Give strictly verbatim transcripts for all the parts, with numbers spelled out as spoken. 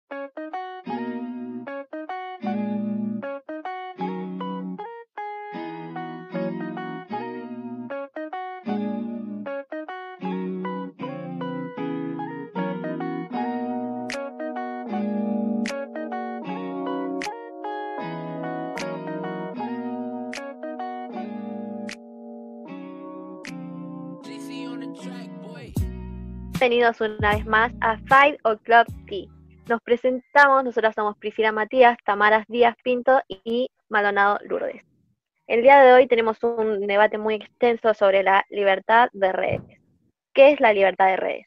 Bienvenidos una vez más a Five O'Clock Tea. Nos presentamos, nosotras somos Priscila Matías, Tamaras Díaz Pinto y Maldonado Lourdes. El día de hoy tenemos un debate muy extenso sobre la libertad de redes. ¿Qué es la libertad de redes?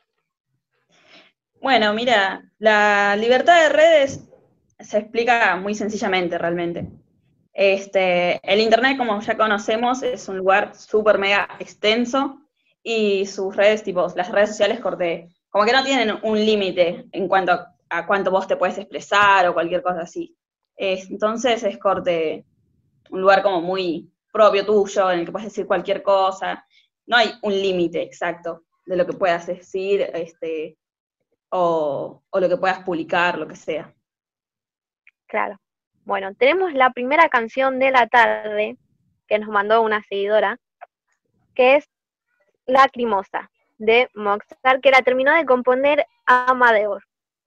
Bueno, mira, la libertad de redes se explica muy sencillamente realmente. Este, el Internet, como ya conocemos, es un lugar súper mega extenso y sus redes, tipo, las redes sociales, corte, como que no tienen un límite en cuanto a, a cuánto vos te puedes expresar o cualquier cosa así. Es, entonces es corte, un lugar como muy propio tuyo, en el que puedes decir cualquier cosa. No hay un límite exacto de lo que puedas decir, este, o, o lo que puedas publicar, lo que sea. Claro. Bueno, tenemos la primera canción de la tarde que nos mandó una seguidora, que es Lacrimosa, de Moxar, que la terminó de componer Amadeus.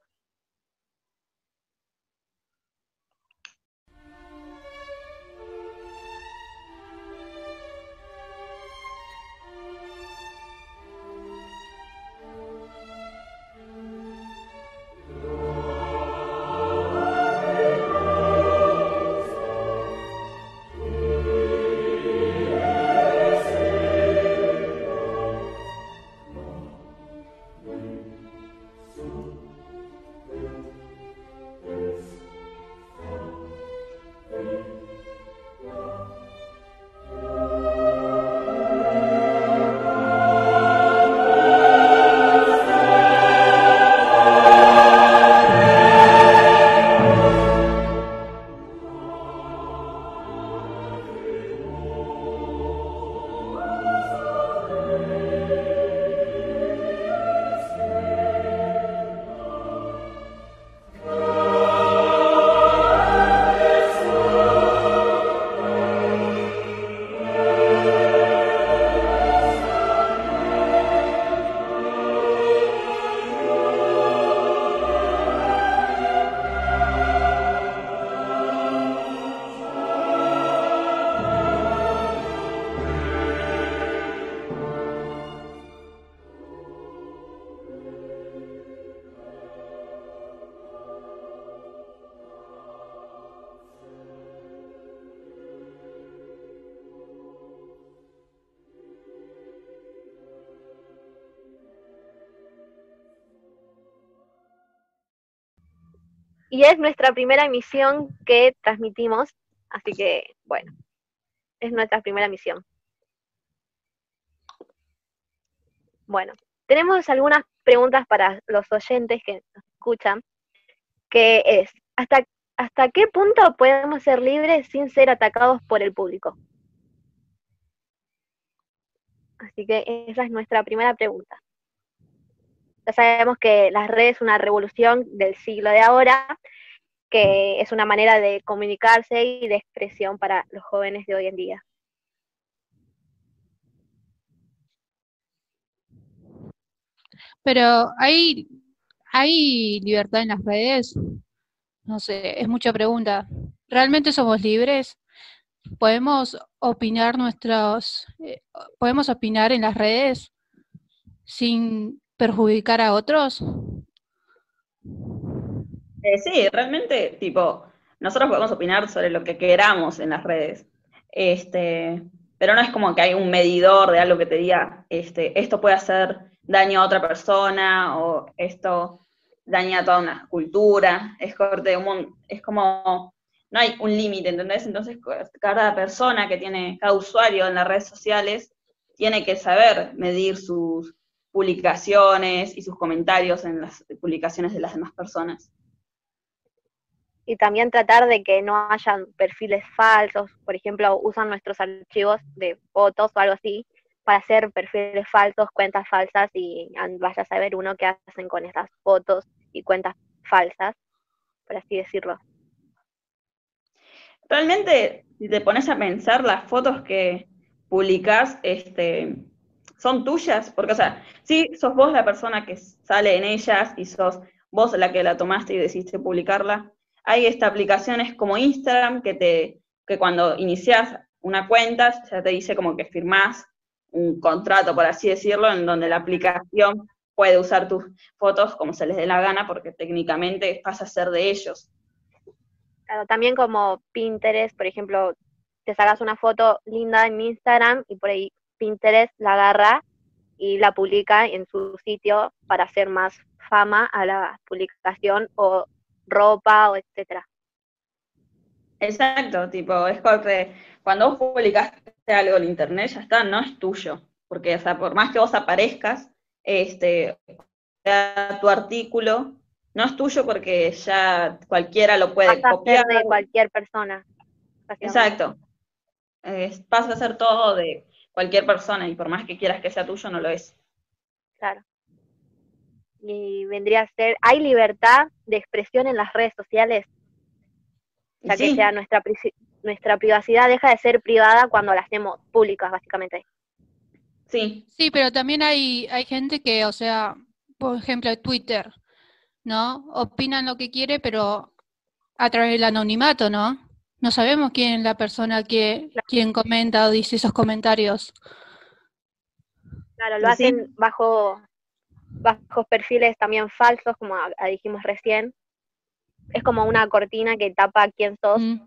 Y es nuestra primera emisión que transmitimos, así que, bueno, es nuestra primera emisión. Bueno, tenemos algunas preguntas para los oyentes que nos escuchan, que es, ¿hasta, hasta qué punto podemos ser libres sin ser atacados por el público? Así que esa es nuestra primera pregunta. Ya sabemos que las redes es una revolución del siglo de ahora, que es una manera de comunicarse y de expresión para los jóvenes de hoy en día. Pero ¿hay, hay libertad en las redes? No sé, es mucha pregunta. ¿Realmente somos libres? ¿Podemos opinar nuestros, eh, podemos opinar en las redes sin perjudicar a otros? Eh, sí, realmente, tipo, nosotros podemos opinar sobre lo que queramos en las redes, este, pero no es como que hay un medidor de algo que te diga, este, esto puede hacer daño a otra persona, o esto daña a toda una cultura, es, corte, un, es como, no hay un límite, ¿entendés? Entonces, cada persona que tiene, cada usuario en las redes sociales, tiene que saber medir sus publicaciones y sus comentarios en las publicaciones de las demás personas. Y también tratar de que no hayan perfiles falsos, por ejemplo, usan nuestros archivos de fotos o algo así para hacer perfiles falsos, cuentas falsas, y vaya a saber uno qué hacen con esas fotos y cuentas falsas, por así decirlo. Realmente, si te pones a pensar, las fotos que publicás este, son tuyas, porque, o sea, sí, sos vos la persona que sale en ellas y sos vos la que la tomaste y decidiste publicarla. Hay esta aplicaciones como Instagram que te que cuando iniciás una cuenta ya te dice como que firmás un contrato, por así decirlo, en donde la aplicación puede usar tus fotos como se les dé la gana, porque técnicamente pasa a ser de ellos. Claro, también como Pinterest, por ejemplo, te sacas una foto linda en Instagram y por ahí Pinterest la agarra y la publica en su sitio para hacer más fama a la publicación o ropa o etcétera. Exacto, tipo, es porque cuando vos publicaste algo en internet ya está, no es tuyo, porque, o sea, por más que vos aparezcas, este, tu artículo no es tuyo porque ya cualquiera lo puede Pasa a copiar. ser de cualquier persona. Exacto. Eh, pasa a ser todo de cualquier persona y por más que quieras que sea tuyo, no lo es. Claro. Y vendría a ser, ¿hay libertad de expresión en las redes sociales? Ya sí. que sea nuestra, nuestra privacidad deja de ser privada cuando la hacemos públicas, básicamente. Sí. Sí, pero también hay, hay gente que, o sea, por ejemplo, Twitter, ¿no? Opinan lo que quiere, pero a través del anonimato, ¿no? No sabemos quién es la persona que quien comenta o dice esos comentarios. Claro, lo ¿Sí? hacen bajo, bajo perfiles también falsos, como a, a dijimos recién. Es como una cortina que tapa quién sos. Mm.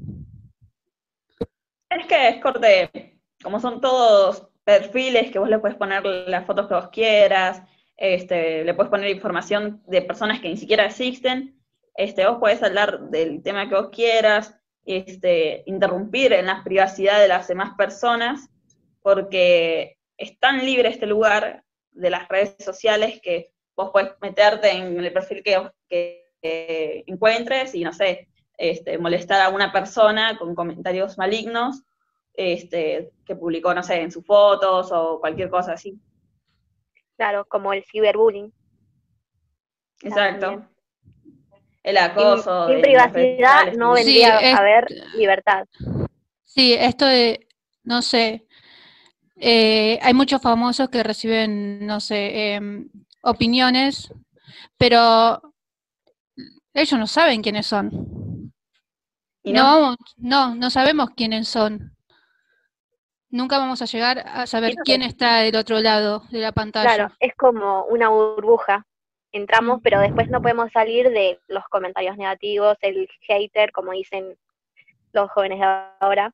Es que es corte, como son todos perfiles que vos le puedes poner las fotos que vos quieras, este, le puedes poner información de personas que ni siquiera existen, este, vos podés hablar del tema que vos quieras, este, interrumpir en la privacidad de las demás personas, porque es tan libre este lugar de las redes sociales que vos podés meterte en el perfil que, que, que encuentres y, no sé, este, molestar a una persona con comentarios malignos este, que publicó, no sé, en sus fotos o cualquier cosa así. Claro, como el ciberbullying. Exacto. También. El acoso. Sin, sin privacidad no vendría sí, es, a haber libertad. Sí, esto de, no sé, eh, hay muchos famosos que reciben, no sé, eh, opiniones, pero ellos no saben quiénes son. ¿Y no? No, no, no sabemos quiénes son. Nunca vamos a llegar a saber no quién está del otro lado de la pantalla. Claro, es como una burbuja. Entramos, mm. pero después no podemos salir de los comentarios negativos, el hater, como dicen los jóvenes de ahora.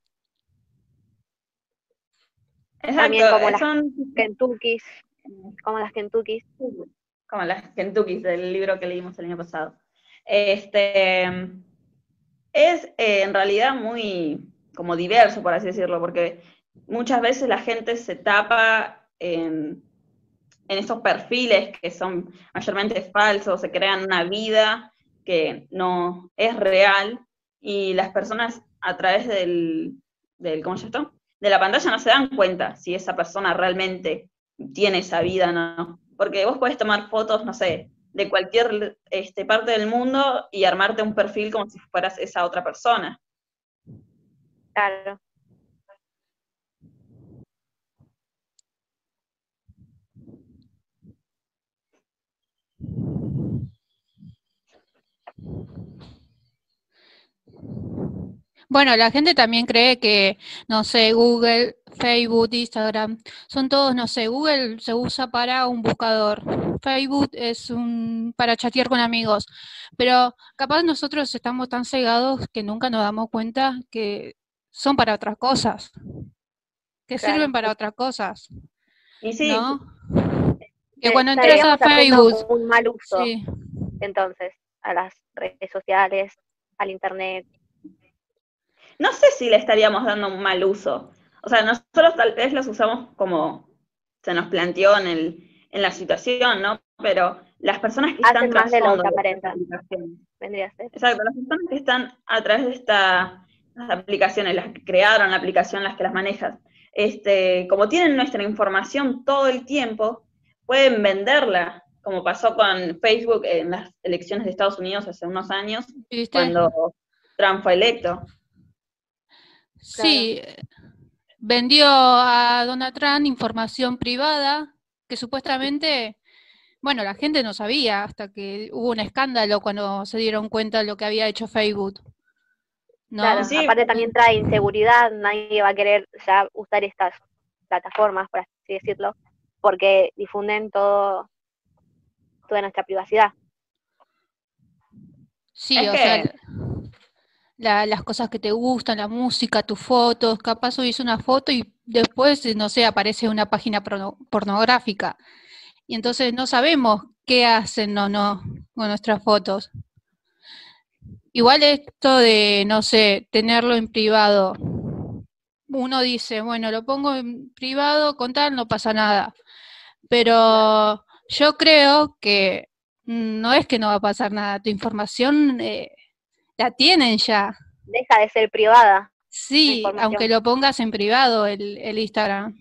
Exacto, también como son... las Kentuckys, como las Kentuckys. Como las Kentuckys del libro que leímos el año pasado. Este, es eh, en realidad muy como diverso, por así decirlo, porque muchas veces la gente se tapa en, en esos perfiles que son mayormente falsos, se crean una vida que no es real, y las personas a través del, del ¿cómo se llama? De la pantalla no se dan cuenta si esa persona realmente tiene esa vida o no. Porque vos podés tomar fotos, no sé, de cualquier este, parte del mundo y armarte un perfil como si fueras esa otra persona. Claro. Bueno, la gente también cree que, no sé, Google, Facebook, Instagram, son todos, no sé, Google se usa para un buscador, Facebook es un para chatear con amigos, pero capaz nosotros estamos tan cegados que nunca nos damos cuenta que son para otras cosas, que claro. sirven para otras cosas. Y sí. ¿No? Que eh, cuando entras a Facebook, un mal uso, sí. entonces, a las redes sociales, al internet. No sé si le estaríamos dando un mal uso. O sea, nosotros tal vez los usamos como se nos planteó en, el, en la situación, ¿no? Pero las personas que Hacen están más de lo que de aparentan. Vendría a ser. Exacto, las personas que están a través de estas aplicaciones, las que crearon la aplicación, las que las manejan, este, como tienen nuestra información todo el tiempo, pueden venderla como pasó con Facebook en las elecciones de Estados Unidos hace unos años, ¿Viste? cuando Trump fue electo. Sí, vendió a Donald Trump información privada que supuestamente, bueno, la gente no sabía hasta que hubo un escándalo cuando se dieron cuenta de lo que había hecho Facebook, ¿no? Claro, Sí, aparte también trae inseguridad, nadie va a querer ya usar estas plataformas, por así decirlo, porque difunden todo, toda nuestra privacidad. Sí, es o sea, que, la- las cosas que te gustan, la música, tus fotos, capaz subís una foto y después, no sé, aparece una página porno- pornográfica. Y entonces no sabemos qué hacen o no con nuestras fotos. Igual esto de, no sé, tenerlo en privado. Uno dice, bueno, lo pongo en privado, con tal, no pasa nada. Pero Claro. yo creo que no es que no va a pasar nada. Tu información eh, la tienen ya. Deja de ser privada la Sí, aunque información. lo pongas en privado el, el Instagram.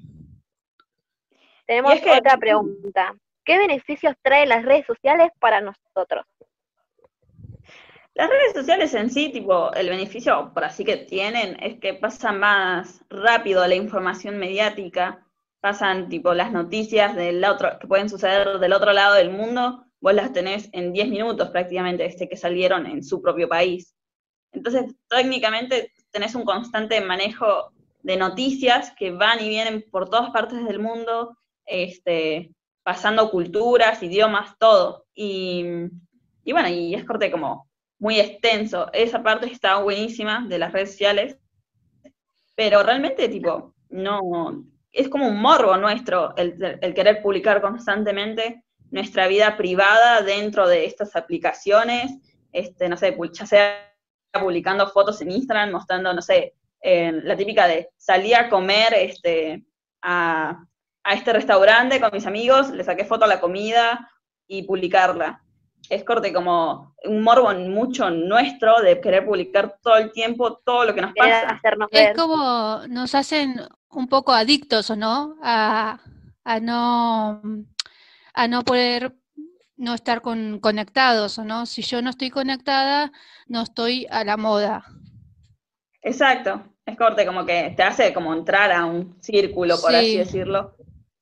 y Tenemos es que otra pregunta. ¿Qué beneficios trae las redes sociales para nosotros? las redes sociales en sí, tipo, el beneficio por así que tienen es que pasa más rápido la información mediática, pasan tipo las noticias del otro, que pueden suceder del otro lado del mundo, vos las tenés en diez minutos prácticamente desde que salieron en su propio país. Entonces, técnicamente tenés un constante manejo de noticias que van y vienen por todas partes del mundo, este, pasando culturas, idiomas, todo. Y, y bueno, y es corte como muy extenso. Esa parte está buenísima de las redes sociales, pero realmente, tipo, no, es como un morbo nuestro el, el querer publicar constantemente nuestra vida privada dentro de estas aplicaciones, este, no sé, ya sea publicando fotos en Instagram, mostrando, no sé, eh, la típica de salí a comer este, a, a este restaurante con mis amigos, le saqué foto a la comida y publicarla. Es corte como un morbo mucho nuestro de querer publicar todo el tiempo todo lo que nos Querer pasa. hacernos Es ver. como nos hacen un poco adictos, ¿o no? A, a no a no poder no estar con, conectados, ¿o no? Si yo no estoy conectada, no estoy a la moda. Exacto, es corte como que te hace como entrar a un círculo, por así Sí, decirlo.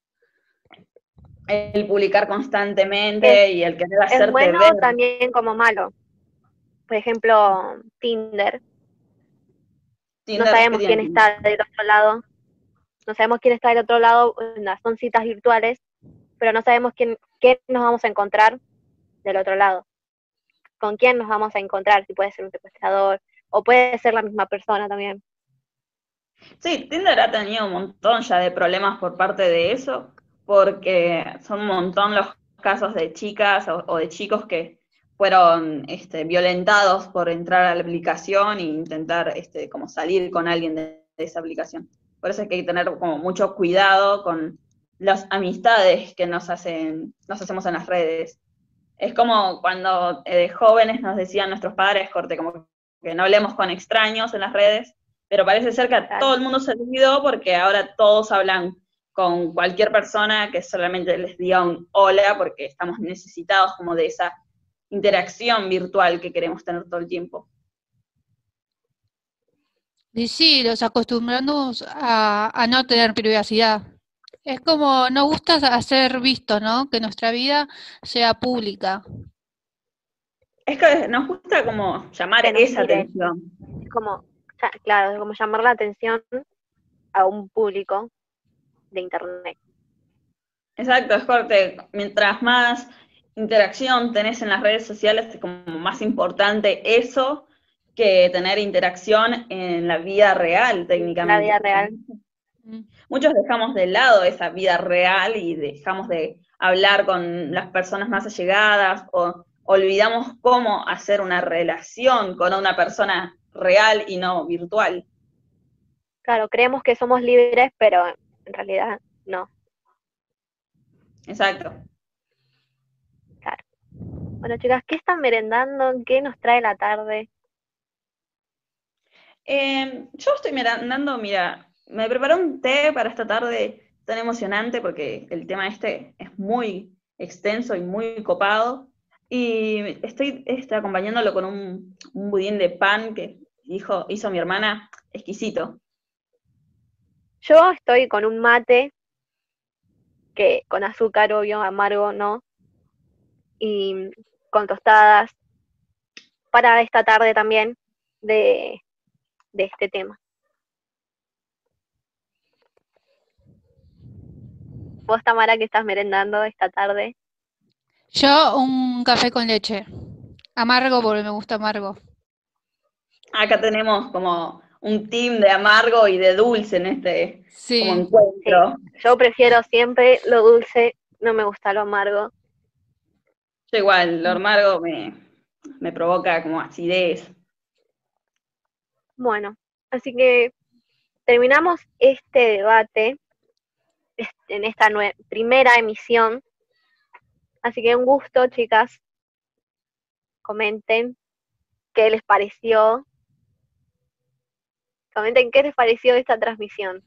El publicar Es, constantemente y el querer es hacerte bueno ver. también como malo. Por ejemplo, Tinder. No Tinder, ¿qué sabemos tiene quién Tinder? está del otro lado. No sabemos quién está del otro lado. Son citas virtuales, pero no sabemos quién, quién nos vamos a encontrar del otro lado. Con quién nos vamos a encontrar. Si puede ser un secuestrador o puede ser la misma persona también. Sí, Tinder ha tenido un montón ya de problemas por parte de eso, porque son un montón los casos de chicas o, o de chicos que fueron este, violentados por entrar a la aplicación e intentar este, como salir con alguien de, de esa aplicación. Por eso es que hay que tener como mucho cuidado con las amistades que nos hacen, nos hacemos en las redes. Es como cuando eh, de jóvenes nos decían nuestros padres, corte, como que no hablemos con extraños en las redes, pero parece ser que a Claro. todo el mundo se olvidó porque ahora todos hablan con cualquier persona que solamente les diga un hola porque estamos necesitados como de esa interacción virtual que queremos tener todo el tiempo. y sí, los acostumbramos a, a no tener privacidad. Es como, nos gusta hacer visto, ¿no? Que nuestra vida sea pública. Es que nos gusta como llamar Que nos esa miren. atención. Es como, claro, es como llamar la atención a un público de internet. Exacto, es corte, mientras más interacción tenés en las redes sociales, es como más importante eso que tener interacción en la vida real, En la técnicamente. vida real. Mm. Muchos dejamos de lado esa vida real y dejamos de hablar con las personas más allegadas o olvidamos cómo hacer una relación con una persona real y no virtual. Claro, creemos que somos libres, pero en realidad no. Exacto. Claro. Bueno, chicas, ¿qué están merendando? ¿Qué nos trae la tarde? Eh, yo estoy mirando, mira, me preparé un té para esta tarde tan emocionante porque el tema este es muy extenso y muy copado. Y estoy este, acompañándolo con un, un budín de pan que hizo, hizo mi hermana, exquisito. Yo estoy con un mate, que con azúcar, obvio, amargo, ¿no? Y con tostadas, para esta tarde también de, de este tema. ¿Vos, Tamara, que estás merendando esta tarde? Yo un café con leche. Amargo porque me gusta amargo. Acá tenemos como un team de amargo y de dulce en este Sí. como encuentro. Sí. Yo prefiero siempre lo dulce, no me gusta lo amargo. Yo igual, lo amargo me, me provoca como acidez. Bueno, así que terminamos este debate en esta primera emisión. Así que un gusto, chicas. Comenten qué les pareció. Comenten qué les pareció esta transmisión.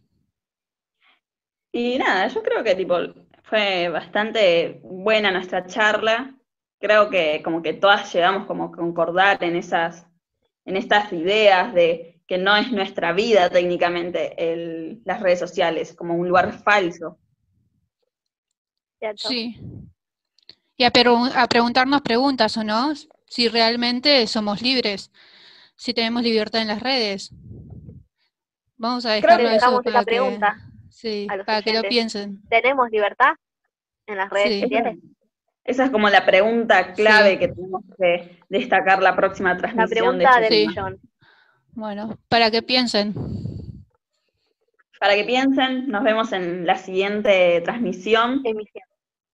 Y nada, yo creo que tipo fue bastante buena nuestra charla. Creo que como que todas llegamos como a concordar en esas, en estas ideas de que no es nuestra vida técnicamente el, las redes sociales, como un lugar falso. ¿Cierto? Sí. Y a, a preguntarnos preguntas, ¿o no? Si realmente somos libres, si tenemos libertad en las redes. Vamos a dejarlo que eso para esa que, pregunta sí, a los para que lo piensen. ¿Tenemos libertad en las redes Sí. sociales? Esa es como la pregunta clave Sí. que tenemos que destacar la próxima transmisión. La pregunta de del Sí. millón. Bueno, para que piensen. Para que piensen, nos vemos en la siguiente transmisión. Emisión.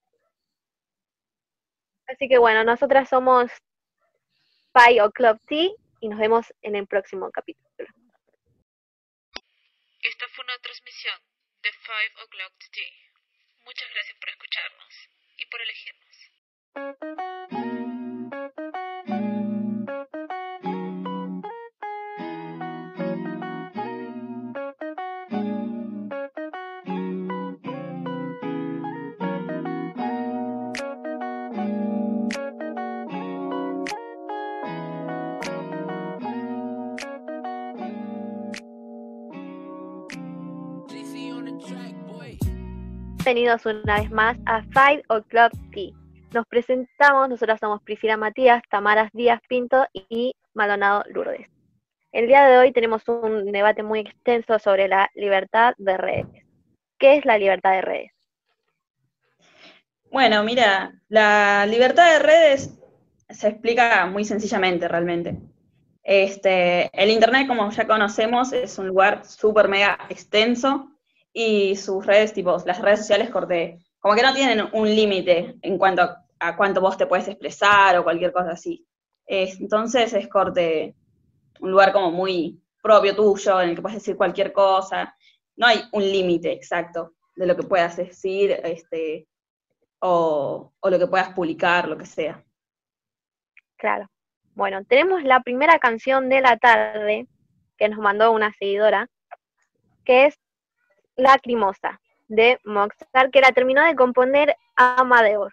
Así que bueno, nosotras somos Five O'Clock Tea y nos vemos en el próximo capítulo. Esta fue una transmisión de Five O'Clock Tea. Muchas gracias por escucharnos y por elegirnos. Bienvenidos una vez más a Five O'Clock Tea. Nos presentamos, nosotras somos Priscila Matías, Tamara Díaz Pinto y Maldonado Lourdes. El día de hoy tenemos un debate muy extenso sobre la libertad de redes. ¿Qué es la libertad de redes? Bueno, mira, la libertad de redes se explica muy sencillamente realmente. Este, el Internet, como ya conocemos, es un lugar súper mega extenso y sus redes, tipo, las redes sociales, corte, como que no tienen un límite en cuanto a, a cuánto vos te puedes expresar o cualquier cosa así. Es, entonces es corte, un lugar como muy propio tuyo, en el que puedes decir cualquier cosa. No hay un límite exacto de lo que puedas decir, este, o, o lo que puedas publicar, lo que sea. Claro. Bueno, tenemos la primera canción de la tarde que nos mandó una seguidora, que es Lacrimosa, de Moxar, que la terminó de componer Amadeus.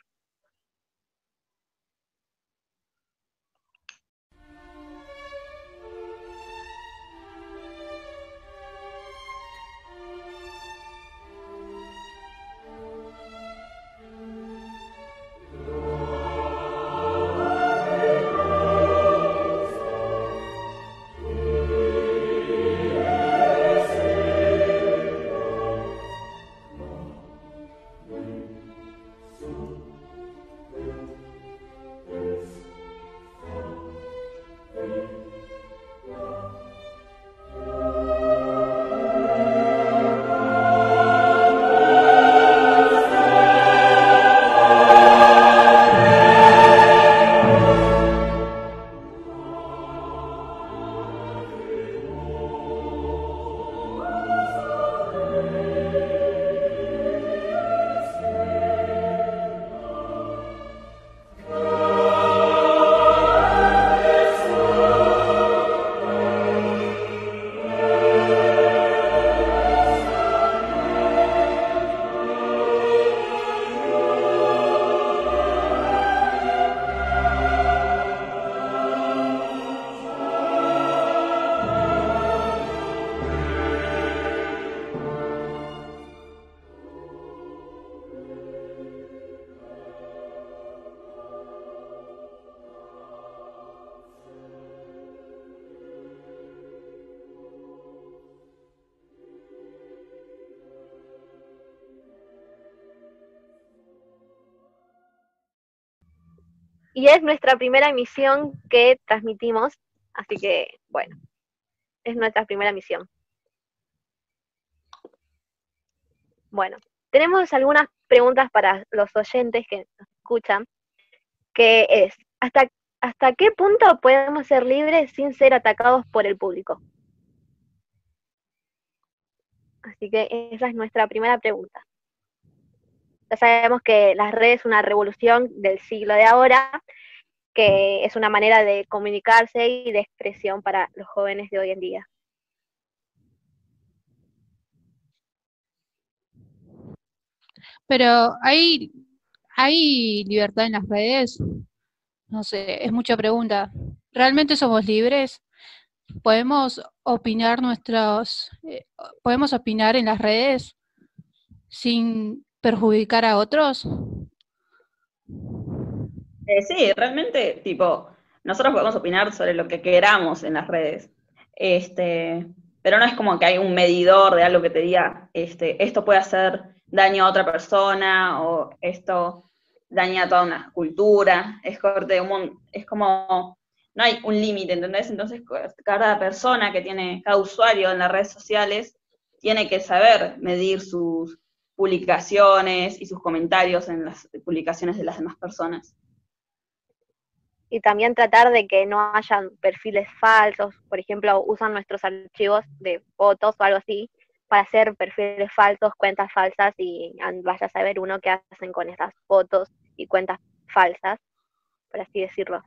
Y es nuestra primera emisión que transmitimos, así que, bueno, es nuestra primera emisión. Bueno, tenemos algunas preguntas para los oyentes que nos escuchan, que es, ¿hasta, hasta qué punto podemos ser libres sin ser atacados por el público? Así que esa es nuestra primera pregunta. Ya sabemos que las redes es una revolución del siglo de ahora, que es una manera de comunicarse y de expresión para los jóvenes de hoy en día. Pero hay, hay libertad en las redes, no sé, es mucha pregunta. ¿Realmente somos libres? ¿Podemos opinar nuestros, eh, podemos opinar en las redes sin perjudicar a otros? Eh, sí, realmente, tipo, nosotros podemos opinar sobre lo que queramos en las redes, este, pero no es como que hay un medidor de algo que te diga, este, esto puede hacer daño a otra persona o esto daña a toda una cultura, es, corte, un, es como, no hay un límite, ¿entendés? Entonces, cada persona que tiene, cada usuario en las redes sociales tiene que saber medir sus publicaciones y sus comentarios en las publicaciones de las demás personas. Y también tratar de que no hayan perfiles falsos, por ejemplo, usan nuestros archivos de fotos o algo así para hacer perfiles falsos, cuentas falsas, y vaya a saber uno qué hacen con esas fotos y cuentas falsas, por así decirlo.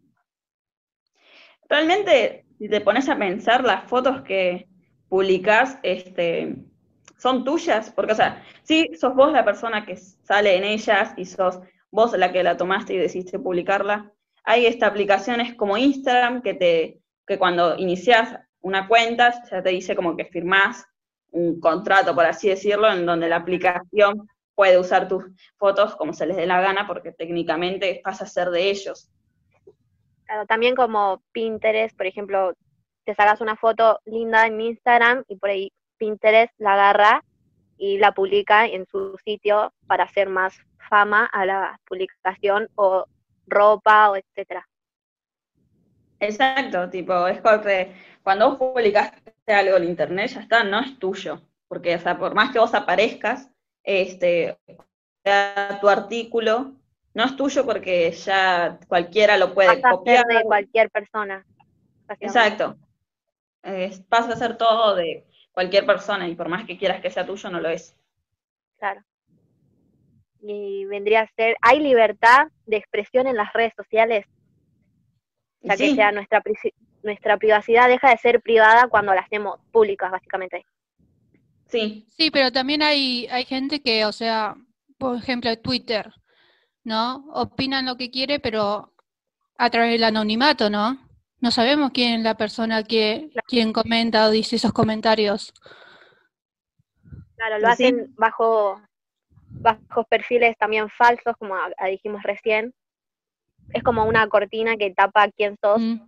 Realmente, si te pones a pensar, las fotos que publicás este, son tuyas, porque, o sea, sí, sos vos la persona que sale en ellas y sos vos la que la tomaste y decidiste publicarla. Hay esta aplicaciones como Instagram que te que cuando iniciás una cuenta ya te dice como que firmás un contrato, por así decirlo, en donde la aplicación puede usar tus fotos como se les dé la gana, porque técnicamente pasa a ser de ellos. Claro, también como Pinterest, por ejemplo, te sacas una foto linda en Instagram y por ahí Pinterest la agarra y la publica en su sitio para hacer más fama a la publicación o ropa o etcétera. Exacto, tipo, es porque cuando vos publicaste algo en internet, ya está, no es tuyo. Porque, o sea, por más que vos aparezcas, este, tu artículo no es tuyo porque ya cualquiera lo puede Pasa a ser copiar. de cualquier persona. Exacto. Eh, pasa a ser todo de cualquier persona y por más que quieras que sea tuyo, no lo es. Claro. Y vendría a ser, ¿hay libertad de expresión en las redes sociales? Ya sí. que sea nuestra, nuestra privacidad deja de ser privada cuando la hacemos públicas, básicamente. Sí. Sí, pero también hay, hay gente que, o sea, por ejemplo, Twitter, ¿no? Opinan lo que quiere, pero a través del anonimato, ¿no? No sabemos quién es la persona que Claro. quien comenta o dice esos comentarios. Claro, lo ¿Sí? hacen bajo, bajo perfiles también falsos, como dijimos recién. Es como una cortina que tapa quién sos. Mm.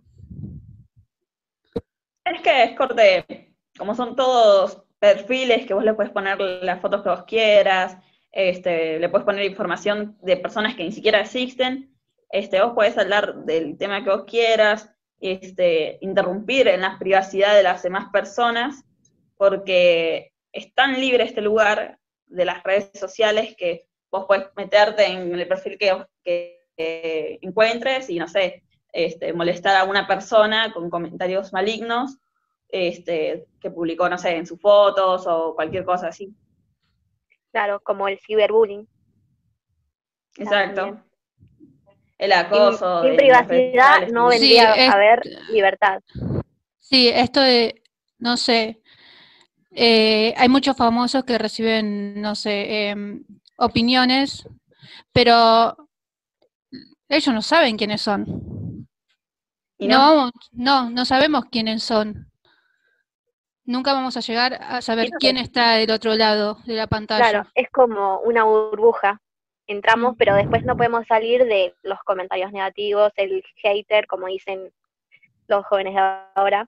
Es que es corte, como son todos perfiles que vos le puedes poner las fotos que vos quieras, este, le puedes poner información de personas que ni siquiera existen, este, vos podés hablar del tema que vos quieras, este, interrumpir en la privacidad de las demás personas, porque es tan libre este lugar de las redes sociales que vos podés meterte en el perfil que, que, que encuentres y, no sé, este, molestar a una persona con comentarios malignos este, que publicó, no sé, en sus fotos o cualquier cosa así. Claro, como el ciberbullying. Exacto. También. El acoso. Sin, sin privacidad no vendría sí, a haber libertad. Sí, esto de, no sé, eh, hay muchos famosos que reciben, no sé, eh, opiniones, pero ellos no saben quiénes son. ¿Y no? No, no, no sabemos quiénes son. Nunca vamos a llegar a saber no quién está del otro lado de la pantalla. Claro, es como una burbuja. Entramos, mm. pero después no podemos salir de los comentarios negativos, el hater, como dicen los jóvenes de ahora.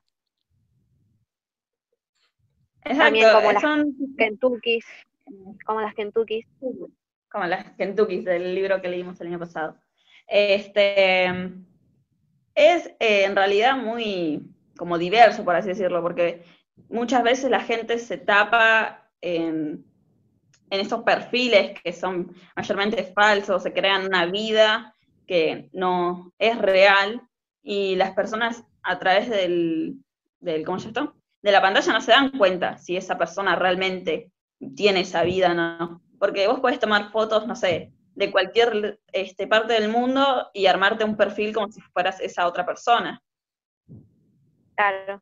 Exacto, también como las son... Kentuckys, como las Kentuckys. Como las Kentuckys del libro que leímos el año pasado. Este, es eh, en realidad muy como diverso, por así decirlo, porque muchas veces la gente se tapa en, en estos perfiles que son mayormente falsos, se crean una vida que no es real, y las personas a través del, del ¿cómo se llama esto? De la pantalla no se dan cuenta si esa persona realmente tiene esa vida o no. Porque vos podés tomar fotos, no sé, de cualquier este, parte del mundo y armarte un perfil como si fueras esa otra persona. Claro.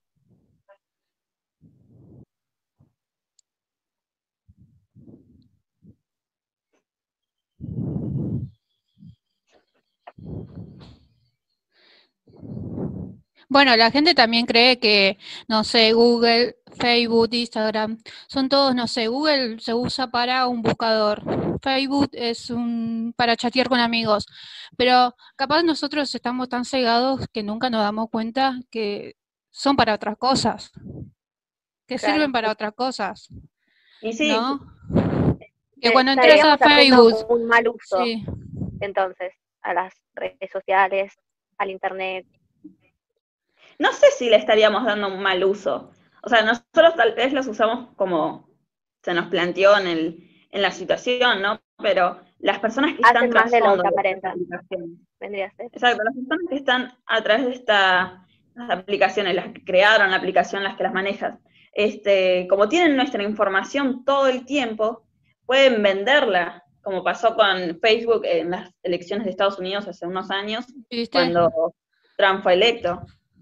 Bueno, la gente también cree que, no sé, Google, Facebook, Instagram, son todos, no sé, Google se usa para un buscador, Facebook es un para chatear con amigos, pero capaz nosotros estamos tan cegados que nunca nos damos cuenta que son para otras cosas, que Claro. sirven para otras cosas, Y sí, ¿no? Que Eh, cuando entras a estaríamos haciendo Facebook, un mal uso, sí, entonces, a las redes sociales, al internet. no sé si le estaríamos dando un mal uso. O sea, nosotros tal vez los usamos como se nos planteó en, el, en la situación, ¿no? Pero las personas que están Hacen más de lo trasfondo que de estas aparentan, aplicaciones, vendría a ser. exacto, las personas que están a través de estas aplicaciones, las que crearon la aplicación, las que las manejan, este, como tienen nuestra información todo el tiempo, pueden venderla, como pasó con Facebook en las elecciones de Estados Unidos hace unos años, ¿viste? cuando Trump fue electo.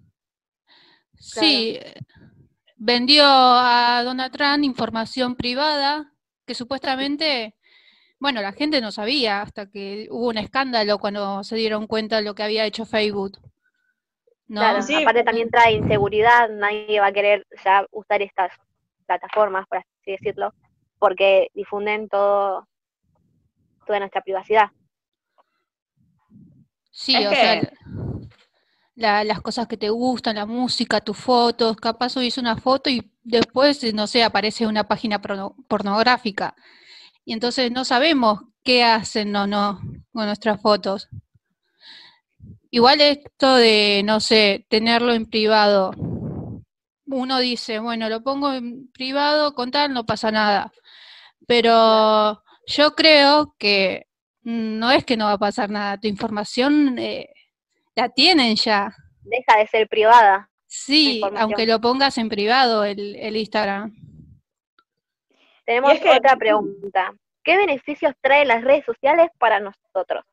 Sí, vendió a Donald Trump información privada que supuestamente, bueno, la gente no sabía hasta que hubo un escándalo cuando se dieron cuenta de lo que había hecho Facebook, ¿no? Claro, Sí, aparte también trae inseguridad, nadie va a querer ya usar estas plataformas, por así decirlo, porque difunden todo, toda nuestra privacidad. Sí, es o sea, que la- las cosas que te gustan, la música, tus fotos, capaz subís una foto y después, no sé, aparece una página porno- pornográfica. Y entonces no sabemos qué hacen o no con nuestras fotos. Igual esto de, no sé, tenerlo en privado. Uno dice, bueno, lo pongo en privado, con tal, no pasa nada. Pero yo creo que no es que no va a pasar nada. Tu información eh, la tienen ya. Deja de ser privada la Sí, aunque información. lo pongas en privado el, el Instagram. Y Tenemos es que otra pregunta. ¿Qué beneficios trae las redes sociales para nosotros?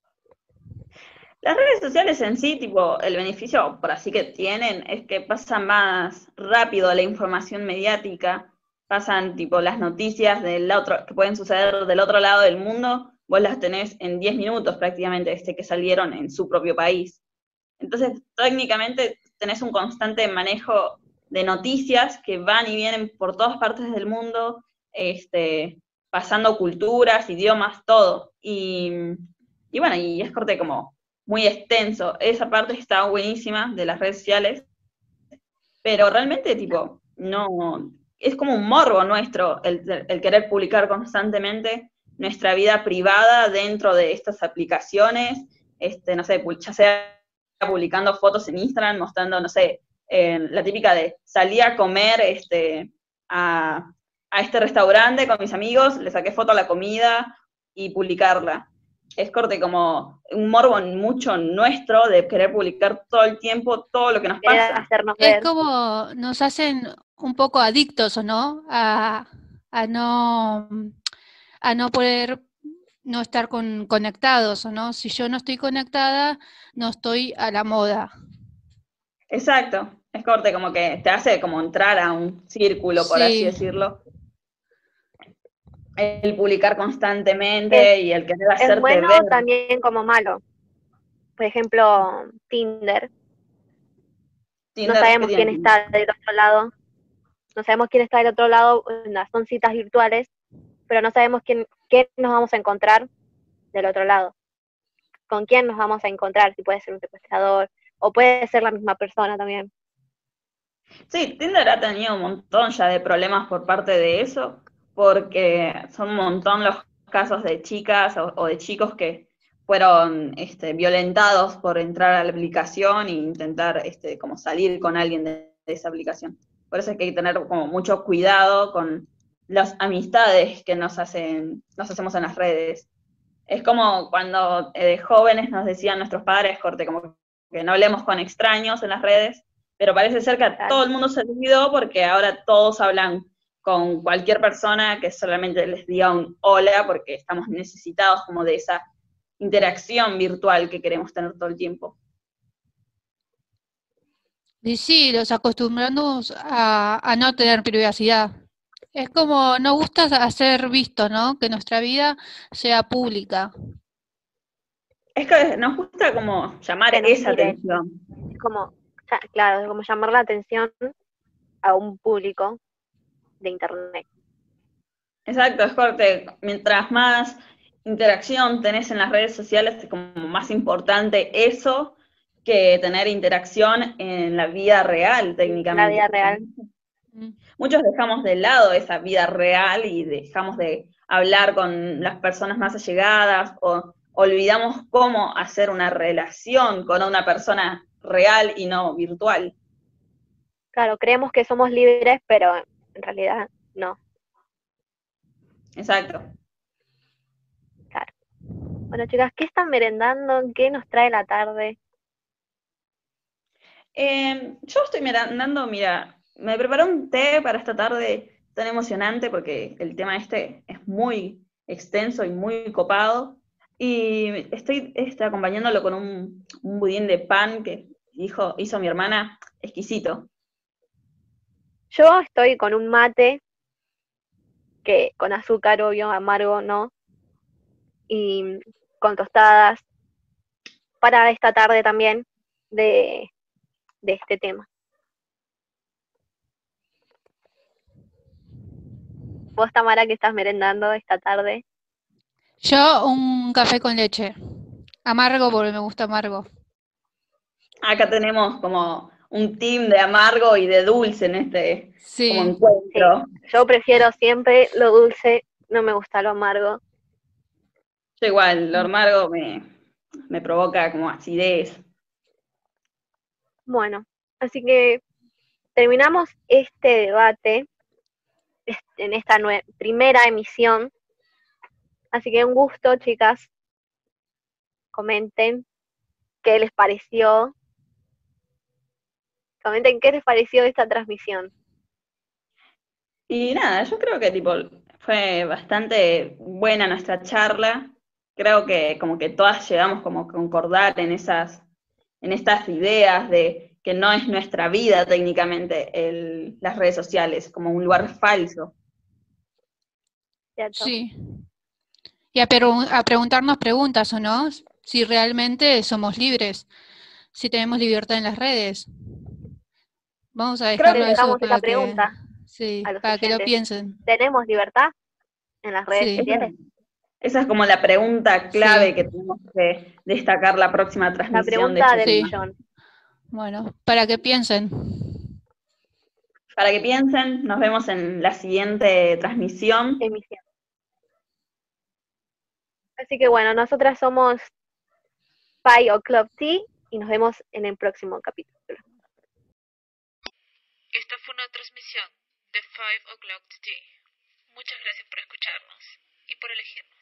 las redes sociales en sí, tipo, el beneficio por así que tienen es que pasa más rápido la información mediática, pasan tipo las noticias del otro, que pueden suceder del otro lado del mundo, vos las tenés en diez minutos prácticamente, este que salieron en su propio país. Entonces, técnicamente tenés un constante manejo de noticias que van y vienen por todas partes del mundo, este, pasando culturas, idiomas, todo. Y, y bueno, y es corte como muy extenso. Esa parte está buenísima de las redes sociales, pero realmente, tipo, no, es como un morbo nuestro el, el querer publicar constantemente nuestra vida privada dentro de estas aplicaciones, este, no sé, ya sea publicando fotos en Instagram, mostrando, no sé, eh, la típica de salí a comer este, a, a este restaurante con mis amigos, le saqué foto a la comida y publicarla. Es corte como un morbo mucho nuestro de querer publicar todo el tiempo todo lo que nos Querer pasa. hacernos Es ver. como nos hacen un poco adictos, ¿o no? A, a no a no poder no estar con, conectados, ¿o no? Si yo no estoy conectada, no estoy a la moda. Exacto, es corte como que te hace como entrar a un círculo, por así Sí, decirlo. El publicar Es, constantemente y el querer es hacerte bueno ver. también como malo. Por ejemplo, Tinder. No Tinder, ¿qué sabemos tiene quién Tinder? está del otro lado. No sabemos quién está del otro lado. no, Son citas virtuales, pero no sabemos quién, quién nos vamos a encontrar del otro lado. Con quién nos vamos a encontrar, si puede ser un secuestrador o puede ser la misma persona también. Sí, Tinder ha tenido un montón ya de problemas por parte de eso, porque son un montón los casos de chicas o, o de chicos que fueron este, violentados por entrar a la aplicación e intentar este, como salir con alguien de, de esa aplicación. Por eso es que hay que tener como mucho cuidado con las amistades que nos hacen, nos hacemos en las redes. Es como cuando eh, de jóvenes nos decían nuestros padres, corte, como que no hablemos con extraños en las redes, pero parece ser que a todo el mundo se olvidó porque ahora todos hablan con cualquier persona que solamente les diga un hola, porque estamos necesitados como de esa interacción virtual que queremos tener todo el tiempo. Y sí, los acostumbramos a, a no tener privacidad. Es como, nos gusta hacer visto, ¿no? Que nuestra vida sea pública. Es que nos gusta como llamar Que nos esa miren. atención. Es como, ya, claro, es como llamar la atención a un público de internet. Exacto, es corte, mientras más interacción tenés en las redes sociales, es como más importante eso que tener interacción en la vida real, técnicamente. La vida real. Muchos dejamos de lado esa vida real y dejamos de hablar con las personas más allegadas o olvidamos cómo hacer una relación con una persona real y no virtual. Claro, creemos que somos libres, pero en realidad no. Exacto. Claro. Bueno, chicas, ¿qué están merendando? ¿Qué nos trae la tarde? Eh, yo estoy merendando, mira, me preparé un té para esta tarde tan emocionante porque el tema este es muy extenso y muy copado. Y estoy este, acompañándolo con un, un budín de pan que hizo, hizo mi hermana, exquisito. Yo estoy con un mate, que con azúcar, obvio, amargo, no, y con tostadas, para esta tarde también de, de este tema. ¿Vos, Tamara, qué estás merendando esta tarde? Yo un café con leche. Amargo porque me gusta amargo. Acá tenemos como un team de amargo y de dulce en este Sí. como encuentro. Sí. Yo prefiero siempre lo dulce, no me gusta lo amargo. Yo igual, lo amargo me, me provoca como acidez. Bueno, así que terminamos este debate en esta primera emisión. Así que un gusto, chicas. Comenten qué les pareció. Comenten qué les pareció esta transmisión. Y nada, yo creo que tipo fue bastante buena nuestra charla. Creo que como que todas llegamos como a concordar en esas, en estas ideas de que no es nuestra vida técnicamente el, las redes sociales, como un lugar falso. ¿Cierto? Sí. Y a, a preguntarnos preguntas, ¿o no? Si realmente somos libres, si tenemos libertad en las redes. Vamos a dejarlo que eso para esa pregunta que, sí, a los para que lo oyentes. piensen. ¿Tenemos libertad en las redes Sí. sociales? Esa es como la pregunta clave Sí. que tenemos que destacar la próxima transmisión. La pregunta de del Sí. millón. Bueno, para que piensen. Para que piensen, nos vemos en la siguiente transmisión. Emisión. Así que bueno, nosotras somos Five O'Clock Tea y nos vemos en el próximo capítulo. Esta fue una transmisión de Five O'Clock Tea. Muchas gracias por escucharnos y por elegirnos.